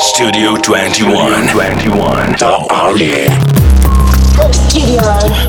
Studio 21. The Army. Studio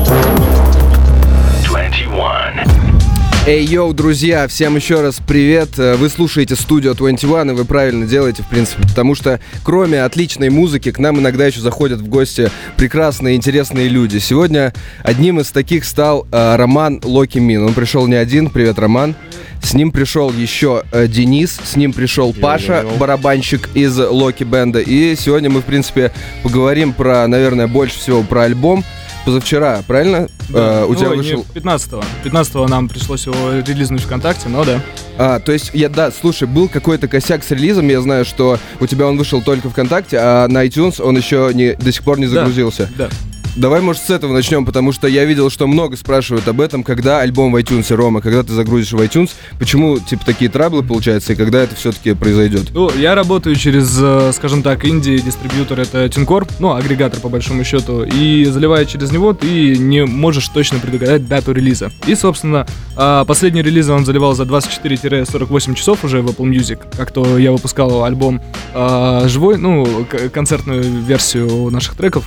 21. Эй, йоу, друзья, всем еще раз привет. Вы слушаете Studio 21, и вы правильно делаете, в принципе, потому что кроме отличной музыки к нам иногда еще заходят в гости прекрасные, интересные люди. Сегодня одним из таких стал Роман Локи Мин. Он пришел не один. Привет, Роман. С ним пришел еще Денис, с ним пришел Паша, барабанщик из Локи Бенда. И сегодня мы, в принципе, поговорим про, наверное, больше всего про альбом. Позавчера, правильно? Да. У тебя вышел... 15-го. 15-го нам пришлось его релизнуть ВКонтакте, но да. То есть, слушай, был какой-то косяк с релизом. Я знаю, что у тебя он вышел только ВКонтакте, а на iTunes он еще до сих пор не загрузился. Да. Давай, может, с этого начнем, потому что я видел, что много спрашивают об этом, когда альбом в iTunes, Рома, когда ты загрузишь в iTunes, почему, такие траблы получаются, и когда это все-таки произойдет? Ну, я работаю через, скажем так, инди-дистрибьютор, это TuneCore, агрегатор, по большому счету, и заливая через него, ты не можешь точно предугадать дату релиза. И, собственно, последний релиз он заливал за 24-48 часов уже в Apple Music, как-то я выпускал альбом живой, концертную версию наших треков,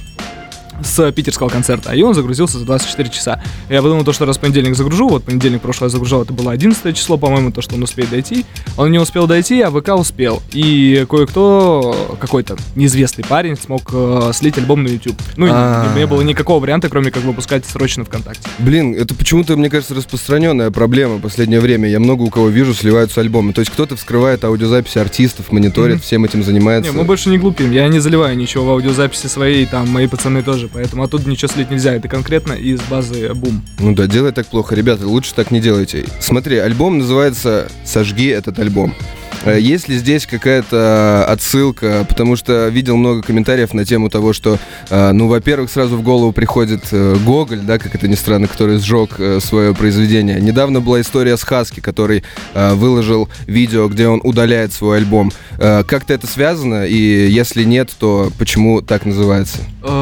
с питерского концерта, и он загрузился за 24 часа. Я подумал, что раз в понедельник загружу, понедельник прошлое я загружал, это было 11 число, по-моему, то, что он успеет дойти. Он не успел дойти, а ВК успел. И кое-кто, какой-то неизвестный парень, смог слить альбом на YouTube. Не было никакого варианта, кроме как выпускать срочно ВКонтакте. Блин, это почему-то, мне кажется, распространенная проблема в последнее время. Я много у кого вижу, сливаются альбомы. То есть кто-то вскрывает аудиозаписи артистов, мониторит, всем этим занимается. Не, мы больше не глупим. Я не заливаю ничего в аудиозаписи своей, там мои пацаны тоже. Поэтому оттуда ничего слить нельзя, это конкретно из базы Boom. Ну да, делай так плохо, ребята, лучше так не делайте. Смотри, альбом называется «Сожги этот альбом». Есть ли здесь какая-то отсылка? Потому что видел много комментариев на тему того, что, во-первых, сразу в голову приходит Гоголь, да, как это ни странно, который сжег свое произведение. Недавно была история с Хаски, который выложил видео, где он удаляет свой альбом. Как-то это связано? И если нет, то почему так называется?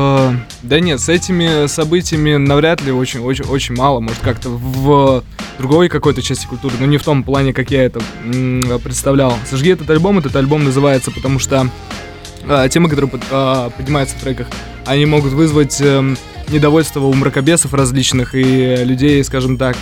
Да нет, с этими событиями навряд ли, очень мало. Может, как-то в другой какой-то части культуры, но не в том плане, как я это представлял. «Сожги этот альбом» называется, потому что темы, которые поднимаются в треках, они могут вызвать недовольство у мракобесов различных и людей, скажем так,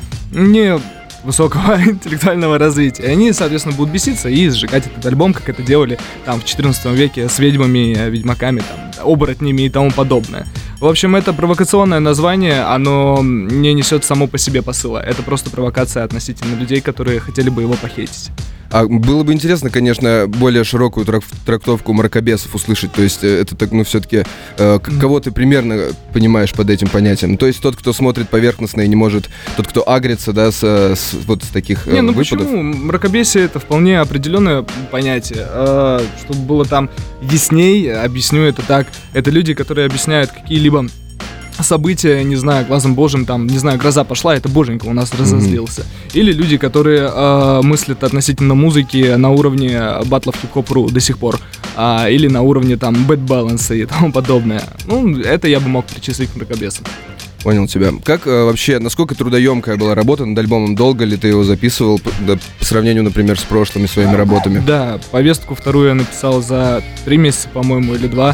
не высокого интеллектуального развития. И они, соответственно, будут беситься и сжигать этот альбом, как это делали там в 14 веке с ведьмами, ведьмаками, оборотнями и тому подобное. В общем, это провокационное название, оно не несет само по себе посыла. Это просто провокация относительно людей, которые хотели бы его похейтить. А было бы интересно, конечно, более широкую трактовку мракобесов услышать. То есть это так, все-таки кого ты примерно понимаешь под этим понятием? То есть тот, кто смотрит поверхностно и не может, тот, кто агрится, да, с таких выпадов? Почему? Мракобесие — это вполне определенное понятие. Чтобы было там ясней, объясню это так. Это люди, которые объясняют какие-либо события, не знаю, глазом божьим, гроза пошла, это боженька у нас разозлился. Или люди, которые мыслят относительно музыки на уровне батлов хип-хоп.ру до сих пор, или на уровне Bad Balance и тому подобное. Это я бы мог причислить к мракобесам. Понял тебя. Как вообще, насколько трудоемкая была работа над альбомом? Долго ли ты его записывал по сравнению, например, с прошлыми своими работами? Да, повестку вторую я написал за 3 месяца, по-моему, или 2.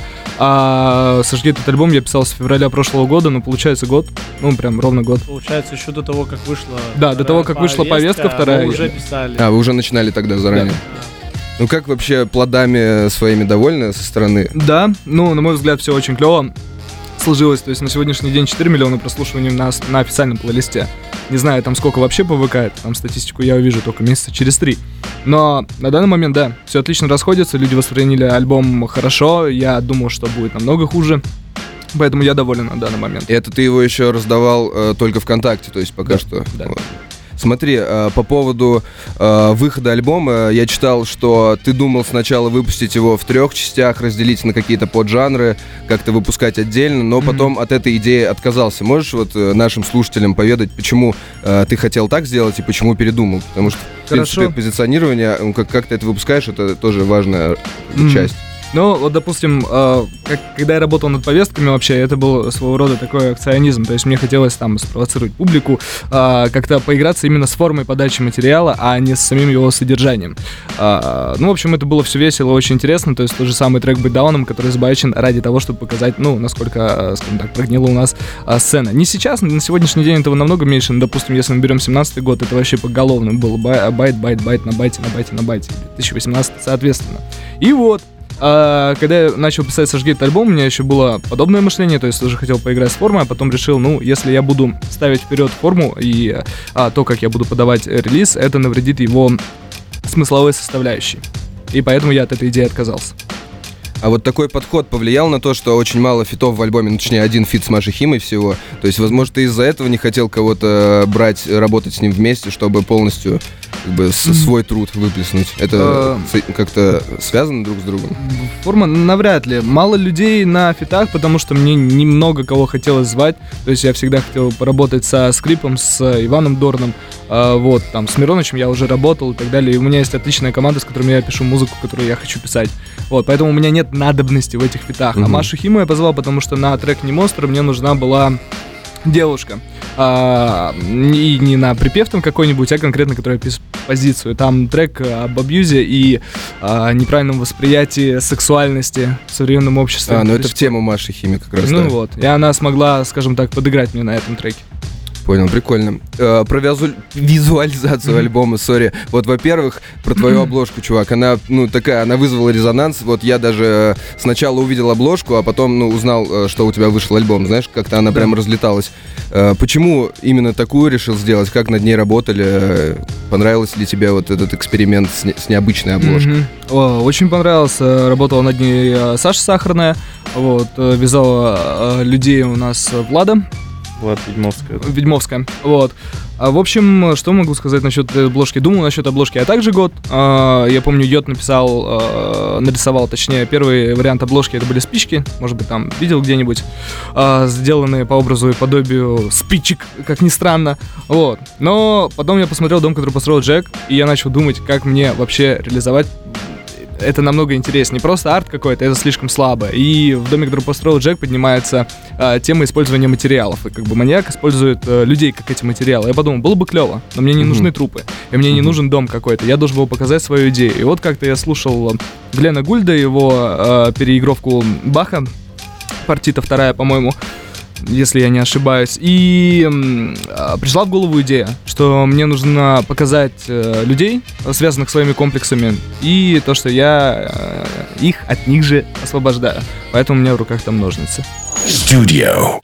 А «Сожги этот альбом» я писал с февраля прошлого года, получается год. Прям ровно год. Получается, еще до того, как вышла... Да, до того, как вышла повестка вторая. Вы уже писали. Вы уже начинали тогда заранее? Да. Как вообще плодами своими довольны со стороны? Да, на мой взгляд, все очень клево сложилось. То есть на сегодняшний день 4 миллиона прослушиваний на официальном плейлисте. Не знаю, сколько вообще по ВК, статистику я увижу только месяца через 3. Но на данный момент, да, все отлично расходится, люди восприняли альбом хорошо, я думал, что будет намного хуже. Поэтому я доволен на данный момент. И это ты его еще раздавал только ВКонтакте, то есть пока что? Да. Смотри, по поводу выхода альбома, я читал, что ты думал сначала выпустить его в 3 частях, разделить на какие-то поджанры, как-то выпускать отдельно, но потом от этой идеи отказался. Можешь нашим слушателям поведать, почему ты хотел так сделать и почему передумал? Потому что, в принципе, позиционирование, как ты это выпускаешь, это тоже важная часть. Ну, вот, допустим, когда я работал над повестками вообще, это был своего рода такой акционизм. То есть мне хотелось там спровоцировать публику, как-то поиграться именно с формой подачи материала, а не с самим его содержанием. Ну, в общем, это было все весело, очень интересно. То есть тот же самый трек «Быть дауном», который сбайчен ради того, чтобы показать, ну, насколько, скажем так, прогнила у нас сцена. Не сейчас, на сегодняшний день этого намного меньше. Но, допустим, если мы берем 17-й год, это вообще поголовно было байт на байте, 2018, соответственно. И вот, когда я начал писать «Сожги этот альбом», у меня еще было подобное мышление, то есть тоже хотел поиграть с формой, а потом решил, ну, если я буду ставить вперед форму и то, как я буду подавать релиз, это навредит его смысловой составляющей. И поэтому я от этой идеи отказался. А вот такой подход повлиял на то, что очень мало фитов в альбоме, ну, точнее, один фит с Машей Химой всего. То есть, возможно, ты из-за этого не хотел кого-то брать, работать с ним вместе, чтобы полностью как бы свой труд выплеснуть. Это как-то связано друг с другом? Форма навряд ли. Мало людей на фитах, потому что мне немного кого хотелось звать. То есть я всегда хотел поработать со Скрипом, с Иваном Дорном. Вот, там, с Миронычем я уже работал и так далее. И у меня есть отличная команда, с которой я пишу музыку, которую я хочу писать. Вот, поэтому у меня нет надобности в этих фитах. А Машу Химу я позвал, потому что на трек «Не монстр» мне нужна была девушка. И не на припев там какой-нибудь, а конкретно, которая пишет позицию. Там трек об абьюзе и неправильном восприятии сексуальности в современном обществе. Ну это в тему Маши Химии как раз. Ну да. Вот. И она смогла, скажем так, подыграть мне на этом треке. Понял, прикольно. Про визуализацию альбома, сори. Вот, во-первых, про твою обложку, чувак. Она, ну, такая, она вызвала резонанс. Вот я даже сначала увидел обложку, а потом, ну, узнал, что у тебя вышел альбом. Знаешь, как-то она прям разлеталась. Почему именно такую решил сделать? Как над ней работали? Понравился ли тебе вот этот эксперимент с необычной обложкой? Очень понравился. Работала над ней Саша Сахарная. Вот, вязала людей у нас Влада Ведьмовская. Вот. В общем, что могу сказать насчет этой обложки? Думал насчет обложки я также год. Я помню, Йод нарисовал, точнее, первый вариант обложки, это были спички, может быть, там видел где-нибудь, сделанные по образу и подобию спичек, как ни странно. Вот. Но потом я посмотрел «Дом, который построил Джек», и я начал думать, как мне вообще реализовать. Это намного интереснее. Просто арт какой-то, это слишком слабо. И в «Доме, который построил Джек», поднимается тема использования материалов. И как бы маньяк использует людей как эти материалы. Я подумал, было бы клево, но мне не нужны трупы. И мне не нужен дом какой-то. Я должен был показать свою идею. И вот как-то я слушал Глена Гульда, его переигровку Баха, партита 2, по-моему, если я не ошибаюсь. И пришла в голову идея, что мне нужно показать людей, связанных с своими комплексами, и то, что я их от них же освобождаю. Поэтому у меня в руках там ножницы. Studio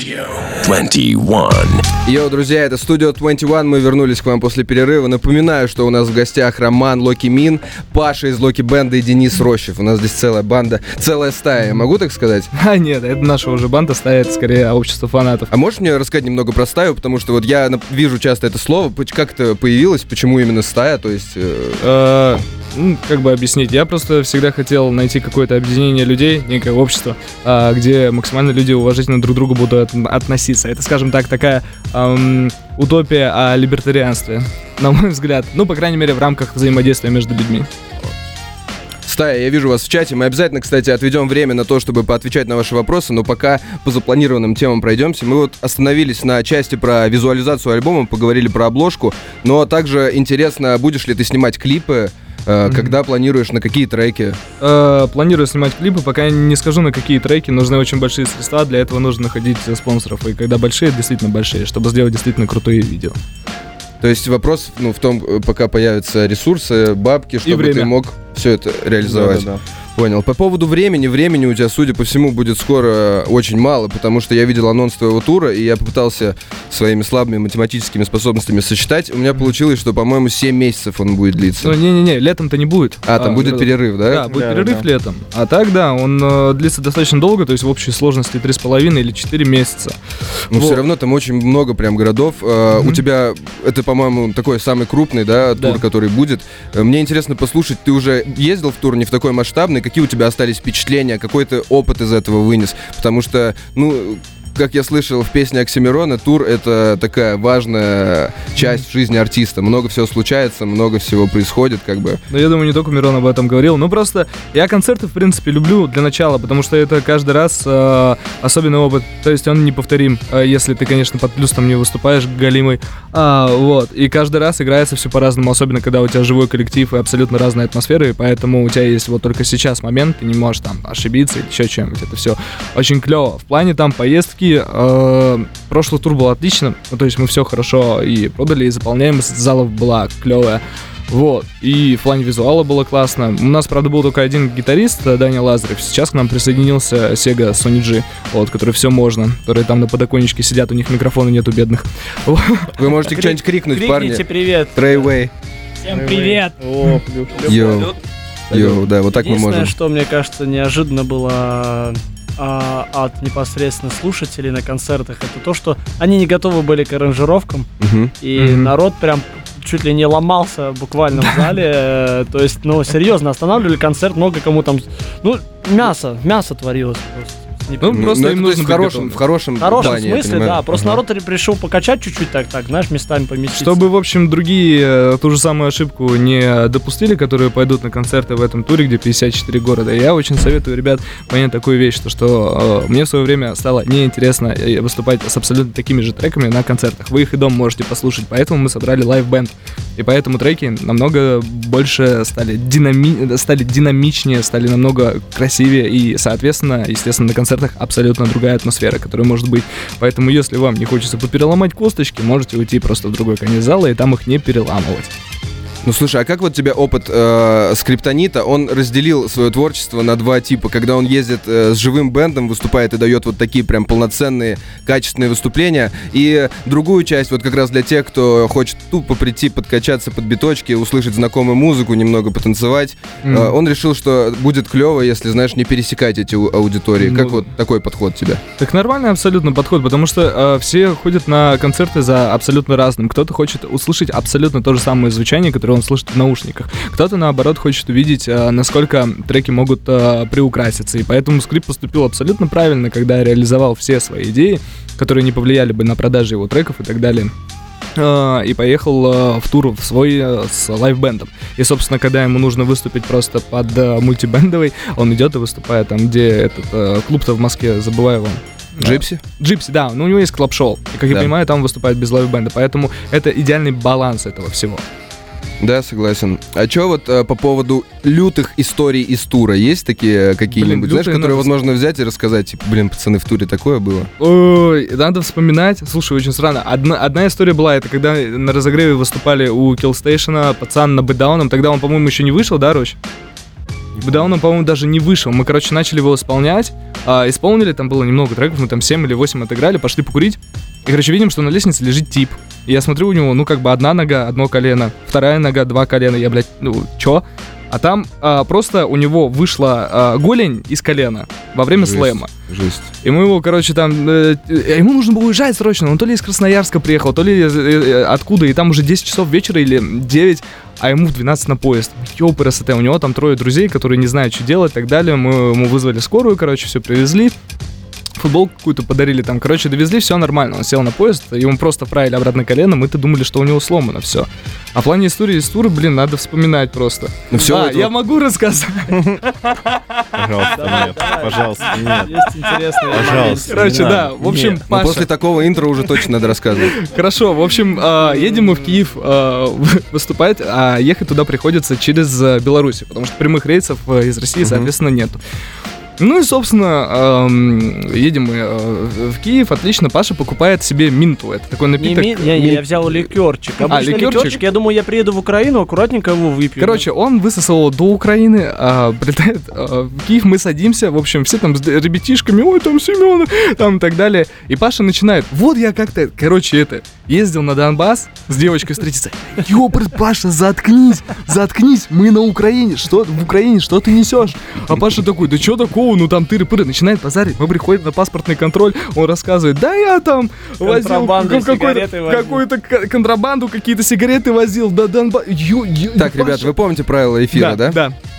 21. Йоу, друзья, это Studio 21, мы вернулись к вам после перерыва. Напоминаю, что у нас в гостях Роман Локи Мин, Паша из Локи Бенда и Денис Рощев. У нас здесь целая банда, целая стая, могу так сказать? Нет, это наша уже банда, стая, это скорее общество фанатов. А можешь мне рассказать немного про стаю, потому что вот я вижу часто это слово, как это появилось, почему именно стая, то есть... Как бы объяснить, я просто всегда хотел найти какое-то объединение людей, некое общество, где максимально люди уважительно друг к другу будут относиться. Это, скажем так, такая утопия о либертарианстве, на мой взгляд. Ну, по крайней мере, в рамках взаимодействия между людьми. Стая, я вижу вас в чате. Мы обязательно, кстати, отведем время на то, чтобы поотвечать на ваши вопросы, но пока по запланированным темам пройдемся. Мы вот остановились на части про визуализацию альбома, поговорили про обложку, но также интересно, будешь ли ты снимать клипы, когда планируешь, на какие треки? Планирую снимать клипы, пока не скажу, на какие треки. Нужны очень большие средства, для этого нужно находить спонсоров. И когда большие, действительно большие, чтобы сделать действительно крутые видео. То есть вопрос в том, пока появятся ресурсы, бабки, чтобы ты мог все это реализовать. Да. Понял. По поводу времени у тебя, судя по всему, будет скоро очень мало, потому что я видел анонс твоего тура, и я попытался своими слабыми математическими способностями сосчитать. У меня получилось, что, по-моему, 7 месяцев он будет длиться. Ну, не-не-не, летом-то не будет. Там будет перерыв, да? Да, будет перерыв летом. А так, да, он длится достаточно долго, то есть в общей сложности 3,5 или 4 месяца. Но все равно там очень много прям городов. У тебя, это, по-моему, такой самый крупный, да, тур, который будет. Мне интересно послушать, ты уже ездил в тур не в такой масштабный, какие у тебя остались впечатления, какой ты опыт из этого вынес? Потому что, как я слышал в песне Оксимирона, тур — это такая важная часть в жизни артиста. Много всего случается, много всего происходит, как бы. Ну, я думаю, не только Мирон об этом говорил. Ну, просто я концерты, в принципе, люблю для начала, потому что это каждый раз особенный опыт. То есть он неповторим, если ты, конечно, под плюс там не выступаешь галимый. Вот. И каждый раз играется все по-разному, особенно когда у тебя живой коллектив и абсолютно разные атмосферы, и поэтому у тебя есть вот только сейчас момент, ты не можешь там ошибиться или еще чем-нибудь. Это все очень клево. В плане там поездки, прошлый тур был отлично, ну, то есть мы все хорошо и продали, и заполняемость залов была клевая. Вот, и в плане визуала было классно. У нас, правда, был только один гитарист, Даня Лазарев. Сейчас к нам присоединился Sega Sony G, вот, который все можно, которые там на подоконничке сидят, у них микрофона нету, бедных. Вы можете что-нибудь крикнуть, парни. Крикните привет. Трейвей. Всем привет. Йоу, да, вот так мы можем. Единственное, что, мне кажется, неожиданно было от непосредственно слушателей на концертах, это то, что они не готовы были к аранжировкам, и народ прям чуть ли не ломался буквально в зале, то есть, ну, серьезно, останавливали концерт, много кому там, ну, мясо творилось просто. Ну, просто им нужно в хорошем плане, смысле, да. Просто народ пришел покачать чуть-чуть так, знаешь, местами поместиться. Чтобы, в общем, другие ту же самую ошибку не допустили, которые пойдут на концерты в этом туре, где 54 города. Я очень советую, ребят, понять такую вещь, что мне в свое время стало неинтересно выступать с абсолютно такими же треками на концертах. Вы их и дома можете послушать, поэтому мы собрали лайв-бенд. И поэтому треки намного больше стали динамичнее, стали намного красивее. И, соответственно, естественно, на концертах абсолютно другая атмосфера, которая может быть. Поэтому, если вам не хочется попереломать косточки, можете уйти просто в другой конец зала и там их не переламывать. Ну, слушай, а как вот у тебя опыт Скриптонита? Он разделил свое творчество на два типа. Когда он ездит с живым бэндом, выступает и дает вот такие прям полноценные, качественные выступления. И другую часть, вот как раз для тех, кто хочет тупо прийти, подкачаться под биточки, услышать знакомую музыку, немного потанцевать. Он решил, что будет клево, если, знаешь, не пересекать эти аудитории. Как вот такой подход у тебя? Так нормальный абсолютно подход, потому что все ходят на концерты за абсолютно разным. Кто-то хочет услышать абсолютно то же самое звучание, которое он слышит в наушниках. Кто-то, наоборот, хочет увидеть, насколько треки могут приукраситься. И поэтому Скрипт поступил абсолютно правильно, когда реализовал все свои идеи, которые не повлияли бы на продажи его треков и так далее. И поехал в тур в свой с лайв-бендом. И, собственно, когда ему нужно выступить просто под мультибендовый, он идет и выступает там, где этот клуб-то в Москве, забываю его. Джипси? Джипси, да. Ну, у него есть клаб-шоу. И, как я понимаю, там выступает без лайв-бенда. Поэтому это идеальный баланс этого всего. Да, согласен. А что вот по поводу лютых историй из тура? Есть такие какие-нибудь, знаешь, которые вот можно взять и рассказать? Типа, блин, пацаны, в туре такое было? Ой, надо вспоминать. Слушай, очень странно. Одна история была, это когда на разогреве выступали у Killstation, пацан на бэдауном. Тогда он, по-моему, еще не вышел, да, Рощ? Бэдаун он, по-моему, даже не вышел. Мы, короче, начали его исполнять. Исполнили, там было немного треков, мы там 7 или 8 отыграли, пошли покурить. И, короче, видим, что на лестнице лежит тип. И я смотрю, у него, ну, как бы одна нога, одно колено, вторая нога, два колена. Я, блядь, ну, чё? А там просто у него вышла голень из колена во время слэма. Жесть. И мы его, короче, там... ему нужно было уезжать срочно. Он то ли из Красноярска приехал, то ли откуда. И там уже 10 часов вечера или 9, а ему в 12 на поезд. Ёпрст, у него там 3 друзей, которые не знают, что делать и так далее. Мы ему вызвали скорую, короче, все привезли. Футболку какую-то подарили там. Короче, довезли, все нормально. Он сел на поезд, ему просто вправили обратно колено. Мы-то думали, что у него сломано все. А в плане истории из тура, блин, надо вспоминать просто. Ну все. Я могу рассказать. Пожалуйста, нет. Пожалуйста, нет. Есть интересные Пожалуйста. Короче, да. В общем, Но Паша. после такого интро уже точно надо рассказывать. Хорошо, в общем, едем мы в Киев выступать, а ехать туда приходится через Беларусь, потому что прямых рейсов из России, соответственно, нету. Ну и, собственно, едем мы в Киев, отлично, Паша покупает себе минту, это такой напиток. Я взял ликерчик. Обычно ликерчик, я думаю, я приеду в Украину, аккуратненько его выпью. Короче, он высосал до Украины, прилетает в Киев, мы садимся, в общем, все там с ребятишками, ой, там Семёна, там и так далее. И Паша начинает, вот я как-то, короче, ездил на Донбасс с девочкой встретиться. Ёпрст, Паша, заткнись, мы на Украине, в Украине, что ты несешь? А Паша такой, да чё такого? Ну там тыры-пыры, начинает базарить. Мы приходим на паспортный контроль, он рассказывает, да я там возил какую-то контрабанду, какие-то сигареты возил, да Донбасс. Так, ребят, вы помните правила эфира, да? Да.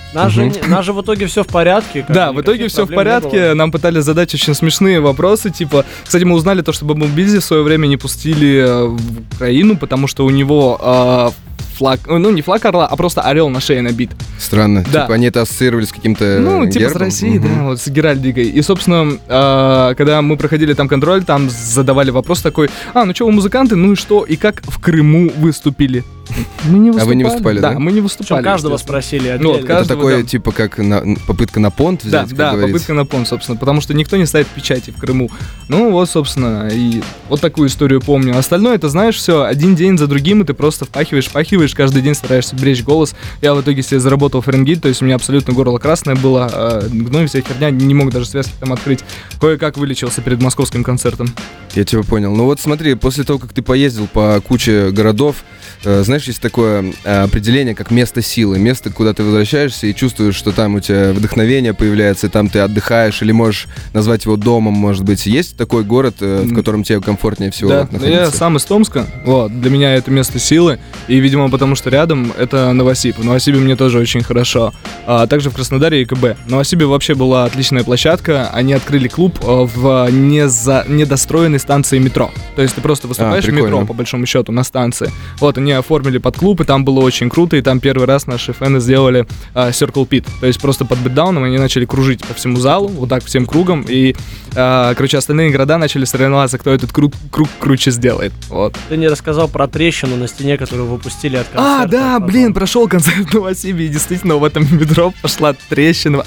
Нас же в итоге все в порядке. Да, в итоге все в порядке. Нам пытались задать очень смешные вопросы. Типа, кстати, мы узнали то, что Бамблбизи в свое время не пустили в Украину, потому что у него флаг, ну не флаг орла, а просто орел на шее набит. Странно. Да. Типа они это ассоциировали с каким-то Ну, типа гербом? с Россией, да, вот с геральдикой. И, собственно, когда мы проходили там контроль, там задавали вопрос такой: ну что, вы музыканты, ну и что, и как в Крыму выступили? Мы не выступали. А вы не выступали, да? Да, мы не выступали. Причем каждого спросили отдельно. Вот, Это такое, типа, как попытка на понт взять, Да, как говорится? попытка на понт, собственно, потому что никто не ставит печати в Крыму. Ну вот, собственно, и вот такую историю помню. Остальное, это, знаешь, все, один день за другим, и ты просто впахиваешь, каждый день стараешься беречь голос. Я в итоге себе заработал фарингит, то есть у меня абсолютно горло красное было, гной, вся херня, не мог даже связки там открыть. Кое-как вылечился перед московским концертом. Я тебя понял. Ну вот смотри, после того, как ты поездил по куче городов, знаешь, есть такое определение, как место силы. Место, куда ты возвращаешься и чувствуешь, что там у тебя вдохновение появляется, и там ты отдыхаешь, или можешь назвать его домом, может быть. Есть такой город, в котором тебе комфортнее всего находиться? Я сам из Томска, вот, для меня это место силы, и, видимо, потому что рядом это Новосиб. В Новосибе мне тоже очень хорошо. А также в Краснодаре и КБ. В Новосибе вообще была отличная площадка, они открыли клуб в недостроенной станции метро. То есть ты просто выступаешь в метро, по большому счету, на станции. Вот, они оформили под клуб, и там было очень круто, и там первый раз наши фэны сделали Circle Pit. То есть просто под битдауном они начали кружить по всему залу, вот так всем кругом, и, короче, остальные города начали соревноваться, кто этот круг круче сделает. Вот. Ты не рассказал про трещину на стене, которую выпустили от концерта. Да, блин, прошел концерт в Новосибе, и действительно в этом метро пошла трещина.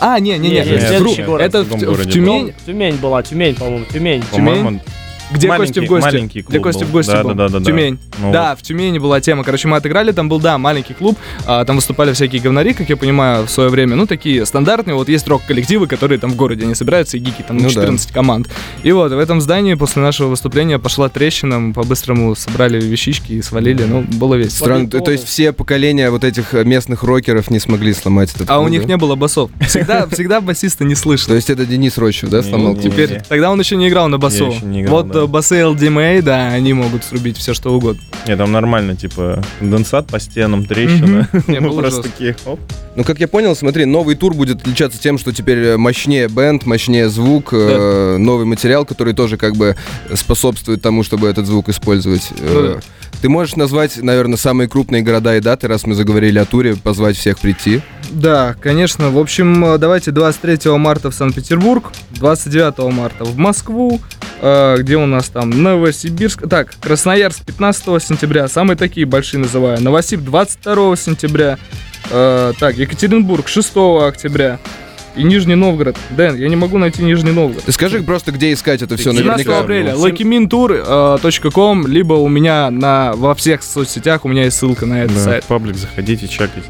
Это в Тюмень. Тюмень была, по-моему, Тюмень. Где Костя в гости? Маленький клуб Где Костя в гости был? Да. Тюмень. Ну, да, в Тюмени была тема. Короче, мы отыграли, там был, маленький клуб, там выступали всякие говнари, как я понимаю, в свое время. Ну, такие стандартные. Вот есть рок-коллективы, которые там в городе не собираются, и гики, там 14 команд. И вот в этом здании после нашего выступления пошла трещина, мы по-быстрому собрали вещички и свалили. Ну, было весело. Странно, то есть все поколения вот этих местных рокеров не смогли сломать этот клуб, у них не было басов. Всегда басиста не слышно. То есть это Денис Рощев, да, сломал? Теперь, тогда он еще не играл на басу. Вот басы LDMA, да, они могут срубить все, что угодно. Нет, там нормально, типа, дансат по стенам, трещина. Мы просто такие, оп. Ну, как я понял, смотри, новый тур будет отличаться тем, что теперь мощнее бэнд, мощнее звук, новый материал, который тоже как бы способствует тому, чтобы этот звук использовать. Ты можешь назвать, наверное, самые крупные города и даты, раз мы заговорили о туре, позвать всех прийти? Да, конечно. В общем, давайте 23 марта в Санкт-Петербург, 29 марта в Москву, где у нас там Новосибирск, Красноярск 15 сентября, самые такие большие называю, Новосиб 22 сентября, Екатеринбург 6 октября. И Нижний Новгород. Дэн, я не могу найти Нижний Новгород. Ты скажи просто, где искать это все 17 наверняка. апреля. luckymintour.com, либо у меня во всех соцсетях у меня есть ссылка на этот сайт. Паблик, заходите, чекайте.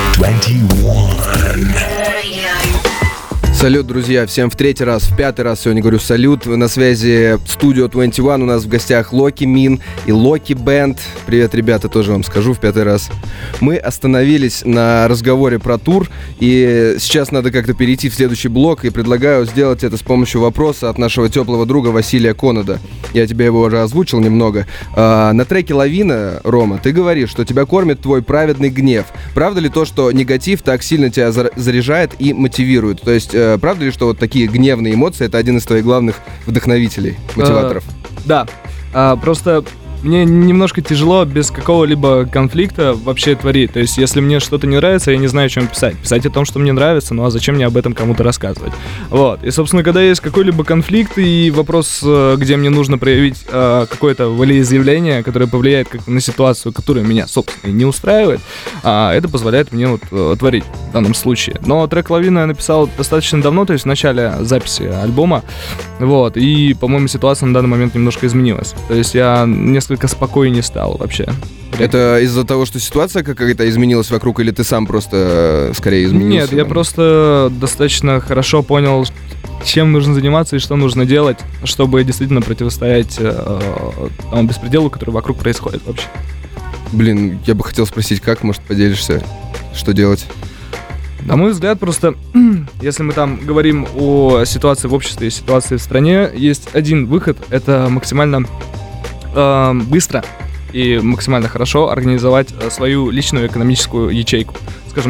21. Салют, друзья, всем в пятый раз сегодня говорю салют. На связи Studio 21, у нас в гостях Локи Мин и Локи Бэнд. Привет, ребята, тоже вам скажу в 5-й раз. Мы остановились на разговоре про тур, и сейчас надо как-то перейти в следующий блок, и предлагаю сделать это с помощью вопроса от нашего теплого друга Василия Конада. Я тебе его уже озвучил немного. На треке «Лавина», Рома, ты говоришь, что тебя кормит твой праведный гнев. Правда ли то, что негатив так сильно тебя заряжает и мотивирует? То есть правда ли, что вот такие гневные эмоции — это один из твоих главных вдохновителей, мотиваторов? Да. Просто мне немножко тяжело без какого-либо конфликта вообще творить. То есть, если мне что-то не нравится, я не знаю, о чем писать. Писать о том, что мне нравится, ну а зачем мне об этом кому-то рассказывать? Вот. И, собственно, когда есть какой-либо конфликт и вопрос, где мне нужно проявить какое-то волеизъявление, которое повлияет на ситуацию, которая меня, собственно, не устраивает, это позволяет мне творить в данном случае. Но трек «Лавина» я написал достаточно давно, то есть в начале записи альбома. Вот. И, по-моему, ситуация на данный момент немножко изменилась. То есть я несколько спокойнее стал вообще. Это из-за того, что ситуация какая-то изменилась вокруг, или ты сам просто скорее изменился? Нет, я просто достаточно хорошо понял, чем нужно заниматься и что нужно делать, чтобы действительно противостоять тому беспределу, который вокруг происходит вообще. Блин, я бы хотел спросить, как, может, поделишься, что делать? На мой взгляд, просто, если мы там говорим о ситуации в обществе и ситуации в стране, есть один выход, это максимально быстро и максимально хорошо организовать свою личную экономическую ячейку, скажем так.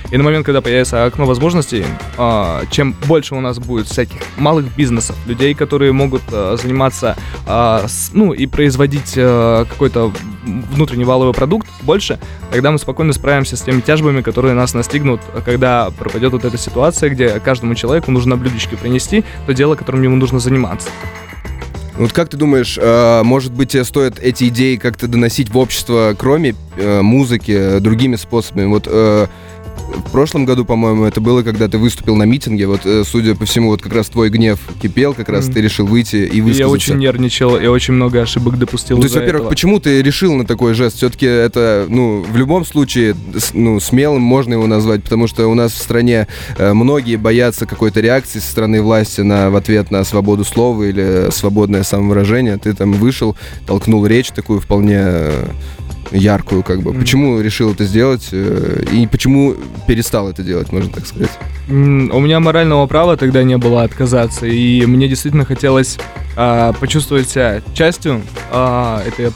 И на момент, когда появится окно возможностей, чем больше у нас будет всяких малых бизнесов, людей, которые могут заниматься, и производить какой-то внутренний валовый продукт больше, тогда мы спокойно справимся с теми тяжбами, которые нас настигнут, когда пропадет вот эта ситуация, где каждому человеку нужно на блюдечке принести то дело, которым ему нужно заниматься. Вот как ты думаешь, может быть, тебе стоит эти идеи как-то доносить в общество, кроме музыки, другими способами? Вот в прошлом году, по-моему, это было, когда ты выступил на митинге. Вот, судя по всему, вот как раз твой гнев кипел, как раз ты решил выйти и высказаться. Я очень нервничал, я очень много ошибок допустил. То есть, во-первых, этого. Почему ты решил на такой жест? Все-таки это, в любом случае, смелым можно его назвать, потому что у нас в стране многие боятся какой-то реакции со стороны власти в ответ на свободу слова или свободное самовыражение. Ты там вышел, толкнул речь такую вполне яркую, как бы. Почему решил это сделать и почему перестал это делать, можно так сказать? У меня морального права тогда не было отказаться, и мне действительно хотелось почувствовать себя частью этого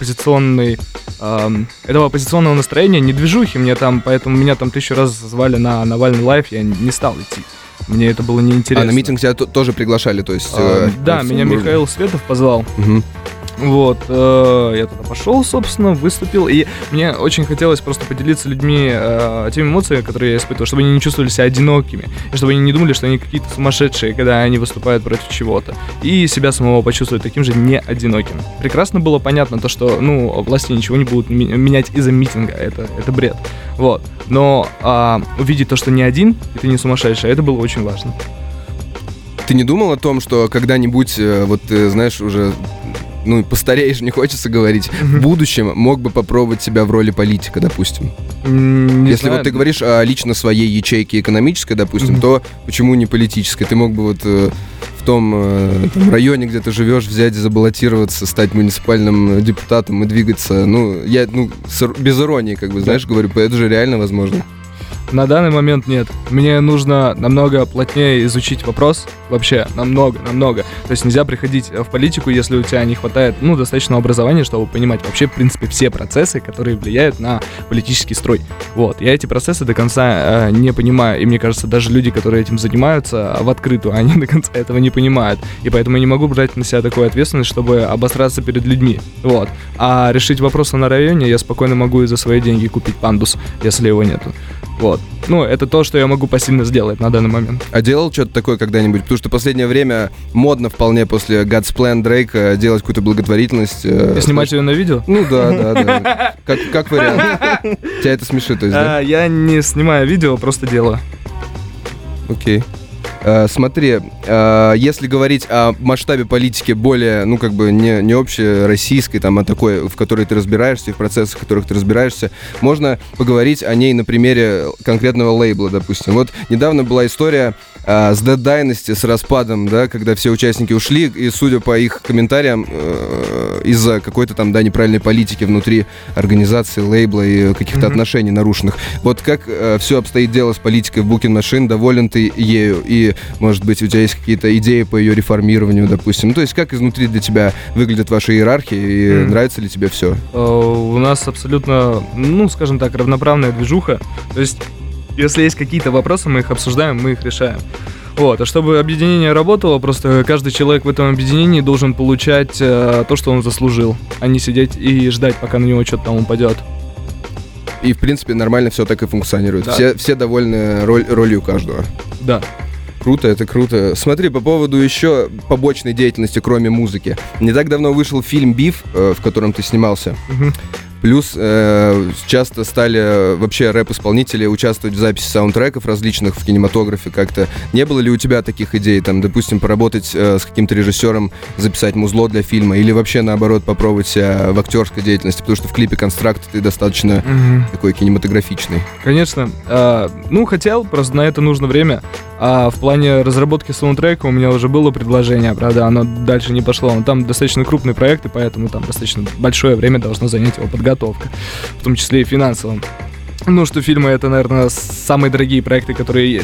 оппозиционного настроения, не движухи, поэтому меня там 1000 раз звали на Навальный лайв, я не стал идти. Мне это было неинтересно. А на митинг тебя тоже приглашали, то есть? Да, меня Михаил Светов позвал. Угу. Вот, я туда пошел, собственно, выступил, и мне очень хотелось просто поделиться людьми теми эмоциями, которые я испытывал, чтобы они не чувствовали себя одинокими, и чтобы они не думали, что они какие-то сумасшедшие, когда они выступают против чего-то, и себя самого почувствовать таким же не одиноким. Прекрасно было понятно то, что, власти ничего не будут менять из-за митинга, это бред, вот, но увидеть то, что не один, и ты не сумасшедший, это было очень важно. Ты не думал о том, что когда-нибудь, вот ты знаешь, уже... постареешь, не хочется говорить, в будущем мог бы попробовать себя в роли политика, допустим? Если вот ты говоришь о лично своей ячейке экономической, допустим, то почему не политической? Ты мог бы вот в том районе, где ты живешь, взять, забаллотироваться, стать муниципальным депутатом и двигаться. Я без иронии, знаешь, говорю, это же реально возможно. На данный момент нет. Мне нужно намного плотнее изучить вопрос. Вообще, намного. То есть нельзя приходить в политику, если у тебя не хватает, достаточного образования, чтобы понимать вообще, в принципе, все процессы, которые влияют на политический строй. Вот. Я эти процессы до конца не понимаю. И мне кажется, даже люди, которые этим занимаются в открытую, они до конца этого не понимают. И поэтому я не могу брать на себя такую ответственность, чтобы обосраться перед людьми. Вот. А решить вопросы на районе я спокойно могу и за свои деньги купить пандус, если его нету. Вот. Это то, что я могу посильно сделать на данный момент. А делал что-то такое когда-нибудь? Потому что в последнее время модно вполне после God's Plan Дрейка делать какую-то благотворительность. И снимать ее на видео? Да. Как вариант. Тебя это смешит, то есть, да? Я не снимаю видео, просто делаю. Окей. Смотри, если говорить о масштабе политики более, не общероссийской, а такой, в которой ты разбираешься, и в процессах, в которых ты разбираешься, можно поговорить о ней на примере конкретного лейбла, допустим. Вот недавно была история с Dead Dynasty, с распадом, да, когда все участники ушли, и, судя по их комментариям, из-за какой-то неправильной политики внутри организации, лейбла и каких-то отношений нарушенных. Вот как все обстоит дело с политикой в Booking Machine, доволен ты ею, и, может быть, у тебя есть какие-то идеи по ее реформированию, допустим. То есть как изнутри для тебя выглядят ваши иерархии, и нравится ли тебе все? У нас абсолютно, скажем так, равноправная движуха. То есть если есть какие-то вопросы, мы их обсуждаем, мы их решаем. Вот. А чтобы объединение работало, просто каждый человек в этом объединении должен получать то, что он заслужил, а не сидеть и ждать, пока на него что-то там упадет. И, в принципе, нормально все так и функционирует. Да. Все довольны ролью каждого. Да. Круто, это круто. Смотри, по поводу еще побочной деятельности, кроме музыки. Не так давно вышел фильм «Биф», в котором ты снимался. Плюс часто стали вообще рэп-исполнители участвовать в записи саундтреков различных в кинематографе как-то. Не было ли у тебя таких идей, допустим, поработать с каким-то режиссером, записать музло для фильма, или вообще, наоборот, попробовать себя в актерской деятельности, потому что в клипе «Констракт» ты достаточно такой кинематографичный. Конечно. Хотел, просто на это нужно время. А в плане разработки саундтрека у меня уже было предложение, правда, оно дальше не пошло. Но там достаточно крупный проект, и поэтому там достаточно большое время должно занять его подготовка, в том числе и финансовым. Что фильмы — это, наверное, самые дорогие проекты, которые есть.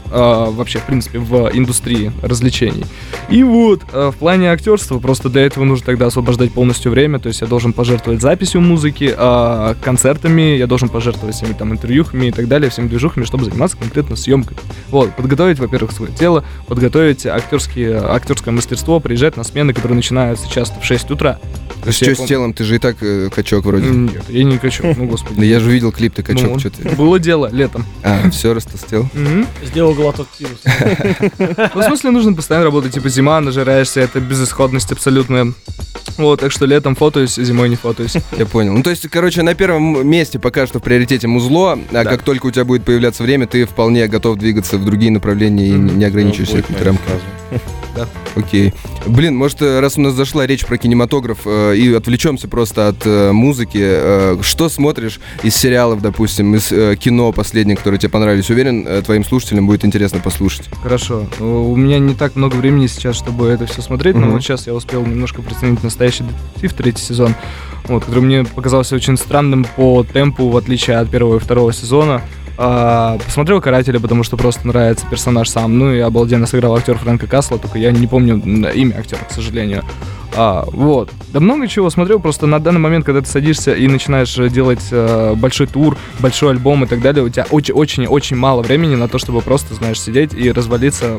вообще, в принципе, в индустрии развлечений. И вот, в плане актерства, просто для этого нужно тогда освобождать полностью время, то есть я должен пожертвовать записью музыки, концертами, я должен пожертвовать всеми там интервьюхами и так далее, всеми движухами, чтобы заниматься конкретно съемкой. Вот, подготовить, во-первых, свое тело, подготовить актерское мастерство, приезжать на смены, которые начинаются часто в 6 утра. Что с телом? Ты же и так качок вроде. Нет, я не качок, ну господи. Да я же видел клип, ты качок, что ты. Было дело летом. Все растолстел. Сделал глоток пива. Ну, в смысле, нужно постоянно работать, типа зима, нажираешься, это безысходность абсолютная. Вот, так что летом фотоюсь, зимой не фотоюсь. Я понял. Ну, то есть, короче, на первом месте пока что в приоритете музло, а как только у тебя будет появляться время, ты вполне готов двигаться в другие направления и не ограничиваешься какими-то рамками. Да. Окей. Блин, может, раз у нас зашла речь про кинематограф, и отвлечемся просто от музыки. Что смотришь из сериалов, допустим, из кино последних, которые тебе понравились? Уверен, твоим слушателям будет интересно послушать. Хорошо. У меня не так много времени сейчас, чтобы это все смотреть, но вот сейчас я успел немножко приценить «Настоящий детектив», 3-й сезон, вот, который мне показался очень странным по темпу, в отличие от 1-го и 2-го сезона. Посмотрел «Карателя», потому что просто нравится персонаж сам. Ну и обалденно сыграл актер Фрэнка Касла, только я не помню имя актера, к сожалению. Вот. Да много чего смотрел, просто на данный момент, когда ты садишься и начинаешь делать большой тур, большой альбом и так далее, у тебя очень-очень мало времени на то, чтобы просто, знаешь, сидеть и развалиться,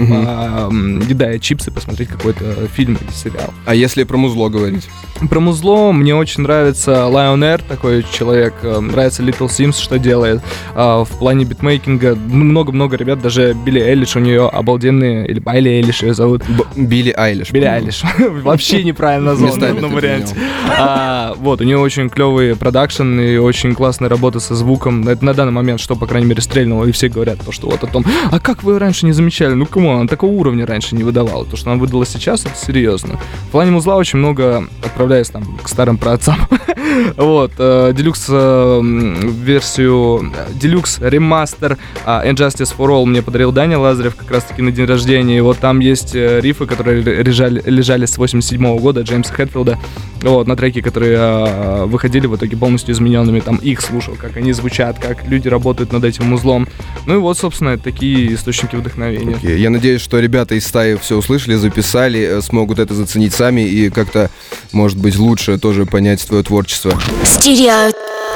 едая чипсы, посмотреть какой-то фильм или сериал. А если про музло говорить? Про музло мне очень нравится Lion Air, такой человек, нравится Little Sims, что делает. В плане битмейкинга много-много ребят, даже Билли Эйлиш, у нее обалденные, или Байли Эйлиш ее зовут. Билли Айлиш. Билли Айлиш. Вообще неправильно назвал в одном варианте. Вот, у нее очень клевый продакшн и очень классная работа со звуком. Это на данный момент, что, по крайней мере, стрельнуло, и все говорят, то, что вот о том, а как вы раньше не замечали? Ну, камон, она такого уровня раньше не выдавала. То, что она выдала сейчас, это серьезно. В плане музла очень много отправляюсь там к старым праотцам. Вот, делюкс версию, делюкс ремастер Injustice for All мне подарил Даня Лазарев как раз-таки на день рождения. И вот там есть рифы, которые лежали с 87-го года Джеймса Хэтфилда. Вот, на треки, которые выходили в итоге полностью измененными. Там их слушал, как они звучат, как люди работают над этим узлом. Ну и вот, собственно, такие источники вдохновения. Okay. Я надеюсь, что ребята из стаи все услышали, записали, смогут это заценить сами и как-то, может быть, лучше тоже понять твое творчество. Studio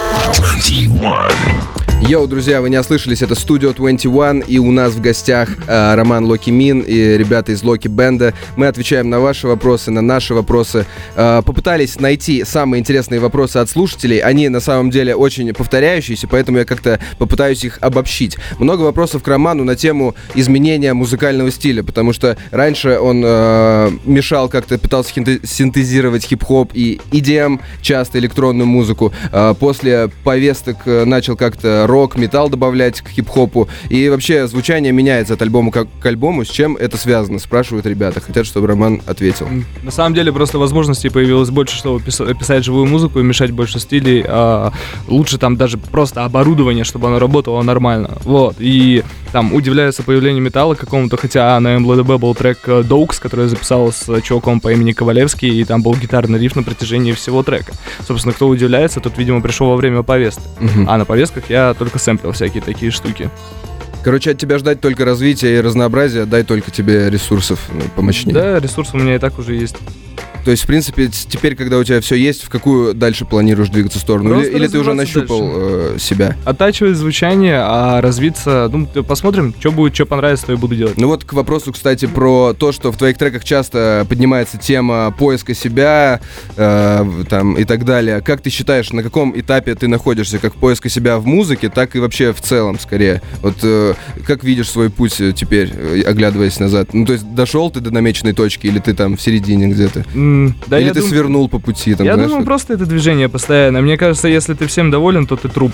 21. Йоу, друзья, вы не ослышались, это Studio 21, и у нас в гостях Роман Локи Мин и ребята из Локи Бенда. Мы отвечаем на ваши вопросы, на наши вопросы. Попытались найти самые интересные вопросы от слушателей. Они на самом деле очень повторяющиеся, поэтому я как-то попытаюсь их обобщить. Много вопросов к Роману на тему изменения музыкального стиля, потому что раньше он мешал как-то, пытался синтезировать хип-хоп и EDM, часто электронную музыку. После повесток начал как-то рок, металл добавлять к хип-хопу. И вообще звучание меняется от альбома к альбому. С чем это связано? Спрашивают ребята. Хотят, чтобы Роман ответил. На самом деле просто возможностей появилось больше, чтобы писать живую музыку и мешать больше стилей. Лучше там даже просто оборудование, чтобы оно работало нормально. Вот. И там удивляются появлению металла какому-то, хотя на MLDB был трек Dogs, который я записал с чуваком по имени Ковалевский, и там был гитарный риф на протяжении всего трека. Собственно, кто удивляется, тот, видимо, пришел во время повесток. А на повестках я только сэмплил всякие такие штуки. Короче, от тебя ждать только развития и разнообразия, дай только тебе ресурсов помощнее. Да, ресурсы у меня и так уже есть. То есть, в принципе, теперь, когда у тебя все есть, в какую дальше планируешь двигаться сторону? Или ты уже нащупал себя? Оттачивать звучание, а развиться... Ну, посмотрим, что будет, что понравится, то и буду делать. Ну вот к вопросу, кстати, про то, что в твоих треках часто поднимается тема поиска себя там, и так далее. Как ты считаешь, на каком этапе ты находишься, как поиска себя в музыке, так и вообще в целом, скорее? Вот как видишь свой путь теперь, оглядываясь назад? Ну, то есть дошел ты до намеченной точки, или ты там в середине где-то? Да, или ты свернул по пути? Там, я думаю, просто это движение постоянно. Мне кажется, если ты всем доволен, то ты труп.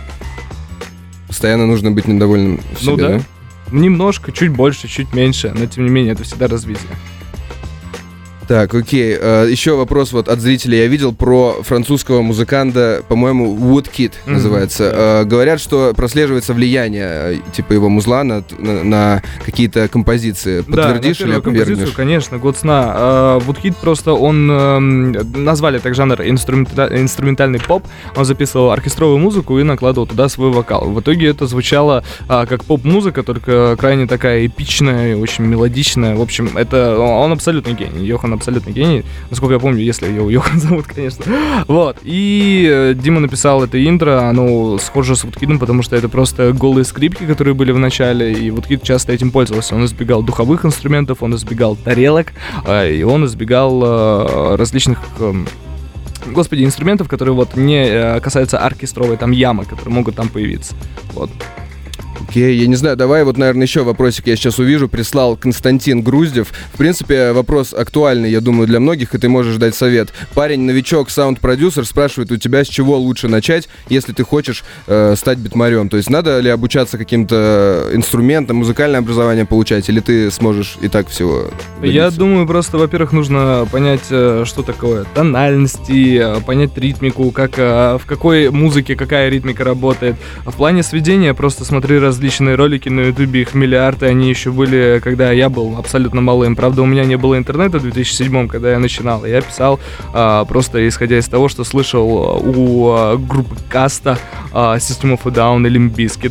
Постоянно нужно быть недовольным в себе, да? Немножко, чуть больше, чуть меньше, но тем не менее, это всегда развитие. Так, окей. Еще вопрос вот от зрителей. Я видел про французского музыканта, по-моему, Woodkid называется. Говорят, что прослеживается влияние типа его музла на какие-то композиции. Подтвердишь или опровергнешь? Конечно, «Год сна». Woodkid просто назвали так жанр инструментальный поп. Он записывал оркестровую музыку и накладывал туда свой вокал. В итоге это звучало как поп-музыка, только крайне такая эпичная, очень мелодичная. В общем, он абсолютно гений. Йохан абсолютно гений. Насколько я помню, если его Йохан зовут, конечно. Вот. И Дима написал это интро. Оно схоже с Woodkid'ом, потому что это просто голые скрипки, которые были в начале. И Woodkid часто этим пользовался. Он избегал духовых инструментов, он избегал тарелок, и он избегал различных... инструментов, которые вот не касаются оркестровой там ямы, которые могут там появиться. Вот. Окей, я не знаю, давай вот, наверное, еще вопросик я сейчас увижу. Прислал Константин Груздев. В принципе, вопрос актуальный, я думаю, для многих, и ты можешь дать совет. Парень-новичок, саунд-продюсер, спрашивает у тебя, с чего лучше начать, если ты хочешь стать битмарем. То есть надо ли обучаться каким-то инструментам, музыкальное образование получать, или ты сможешь и так всего добиться? Я думаю, просто, во-первых, нужно понять, что такое тональности, понять ритмику, в какой музыке какая ритмика работает. В плане сведения просто смотри различные ролики на ютубе, их миллиарды, они еще были, когда я был абсолютно малым. Правда, у меня не было интернета в 2007, когда я начинал. Я писал просто исходя из того, что слышал у группы Каста, System of a Down и Limp Bizkit.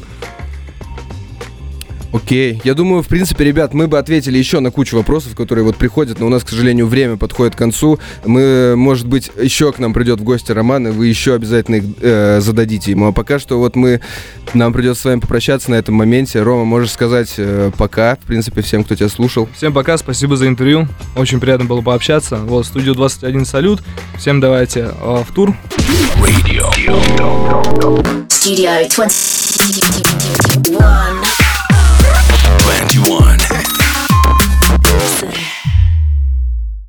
Окей. Я думаю, в принципе, ребят, мы бы ответили еще на кучу вопросов, которые вот приходят, но у нас, к сожалению, время подходит к концу. Может быть, еще к нам придет в гости Роман, и вы еще обязательно их зададите ему. А пока что вот нам придется с вами попрощаться на этом моменте. Рома, можешь сказать пока, в принципе, всем, кто тебя слушал. Всем пока, спасибо за интервью. Очень приятно было пообщаться. Вот, студию 21 салют. Всем давайте в тур. Studio 21. 21.